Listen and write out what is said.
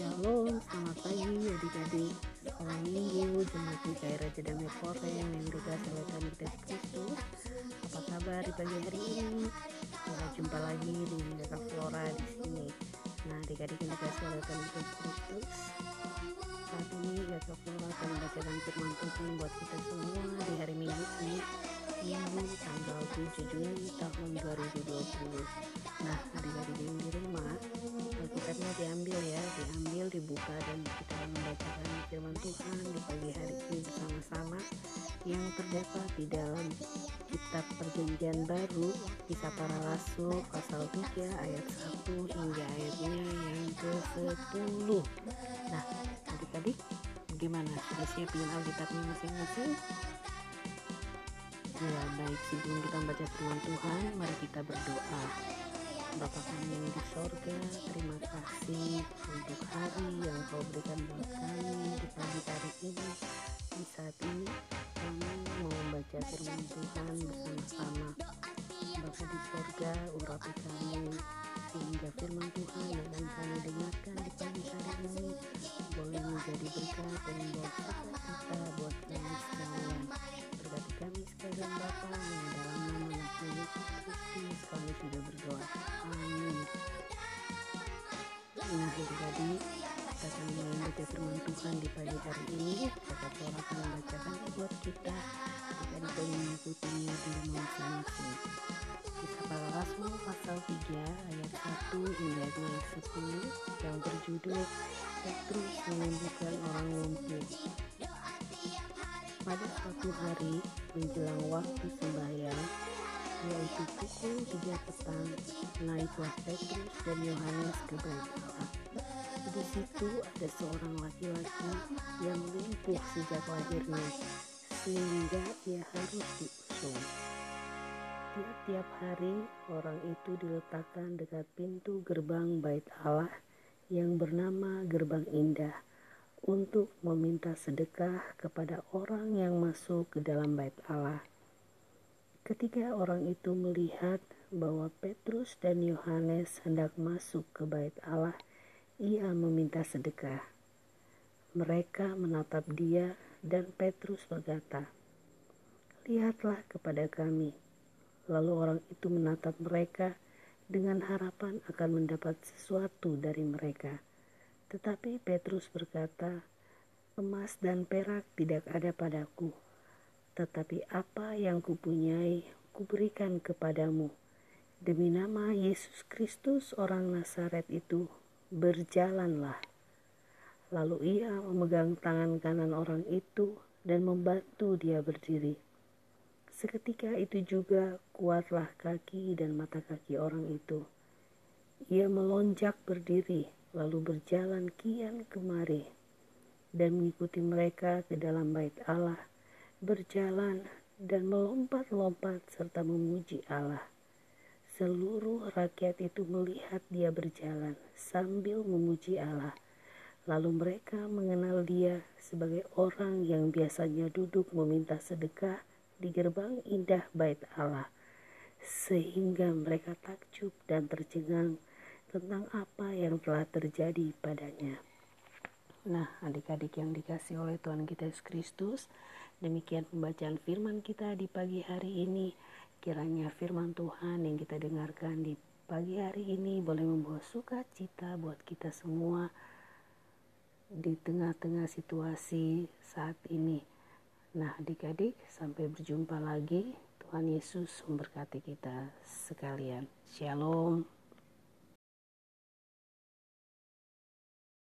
Shalom, selamat pagi adik-adik. Sekolah minggu, Jemaat Mikael Raja Damai Koreng yang dikasih oleh Tuhan Yesus Kristus. Apa kabar di pagi hari ini? Kita jumpa lagi dengan Kakak Flora di sini. Nah, adik-adik yang dikasih oleh Tuhan Yesus Kristus, saat ini Kakak Flora akan membacakan firman Tuhan buat kita semua di hari Minggu ini, Minggu tanggal 7 Juni tahun 2020. Nah, adik-adik yang di rumah, Alkitabnya diambil dibuka, dan kita akan membacakan firman Tuhan di pagi hari ini bersama-sama yang terdapat di dalam kitab Perjanjian Baru, Kisah Para Rasul pasal 3 ayat 1 hingga ayatnya yang ke-10. Nah, adik-adik gimana? Sudah siap dengan Alkitabnya masing-masing? Ya, baik, sebelum kita membaca firman Tuhan, mari kita berdoa. Bapa kami yang di sorga, terima kasih untuk hari yang Kau berikan buat kami di pagi hari ini. Di saat ini kami mau membaca firman Tuhan bersama-sama. Bapa di sorga, urapi kami sehingga firman Tuhan yang akan kami dengarkan di pagi hari ini boleh menjadi berkat dan membawa sukacita buat kami sekalian. Berkati kami sekalian Bapa, yang dalam nama Yesus Kristus kami sudah berdoa. Amin. Nah, adik-adik, kita akan membaca firman Tuhan di pagi hari ini. Kakak Flora akan membacakan buat kita. Adik-adik boleh mengikutinya di rumah masing-masing. Kisah Para Rasul pasal 3 ayat 1 hingga ayat 10 yang berjudul Petrus menyembuhkan orang lumpuh. Pada suatu hari menjelang waktu sembahyang, yaitu pukul 3 petang, naiklah Petrus dan Yohanes ke bait Allah. Di situ ada seorang laki-laki yang lumpuh sejak lahirnya, sehingga ia harus diusung. Tiap-tiap hari orang itu diletakkan dekat pintu gerbang bait Allah yang bernama Gerbang Indah untuk meminta sedekah kepada orang yang masuk ke dalam bait Allah. Ketika orang itu melihat bahwa Petrus dan Yohanes hendak masuk ke bait Allah, ia meminta sedekah. Mereka menatap dia dan Petrus berkata, "Lihatlah kepada kami." Lalu orang itu menatap mereka dengan harapan akan mendapat sesuatu dari mereka. Tetapi Petrus berkata, "Emas dan perak tidak ada padaku, tetapi apa yang kupunyai kuberikan kepadamu. Demi nama Yesus Kristus orang Nazaret itu, berjalanlah." Lalu ia memegang tangan kanan orang itu dan membantu dia berdiri. Seketika itu juga kuatlah kaki dan mata kaki orang itu. Ia melonjak berdiri, lalu berjalan kian kemari dan mengikuti mereka ke dalam bait Allah, berjalan dan melompat-lompat serta memuji Allah. Seluruh rakyat itu melihat dia berjalan sambil memuji Allah. Lalu mereka mengenal dia sebagai orang yang biasanya duduk meminta sedekah di gerbang indah bait Allah, sehingga mereka takjub dan tercengang tentang apa yang telah terjadi padanya. Nah, adik-adik yang dikasih oleh Tuhan kita Yesus Kristus, demikian pembacaan firman kita di pagi hari ini. Kiranya firman Tuhan yang kita dengarkan di pagi hari ini boleh membawa sukacita buat kita semua di tengah-tengah situasi saat ini. Nah, adik-adik, sampai berjumpa lagi. Tuhan Yesus memberkati kita sekalian. Shalom.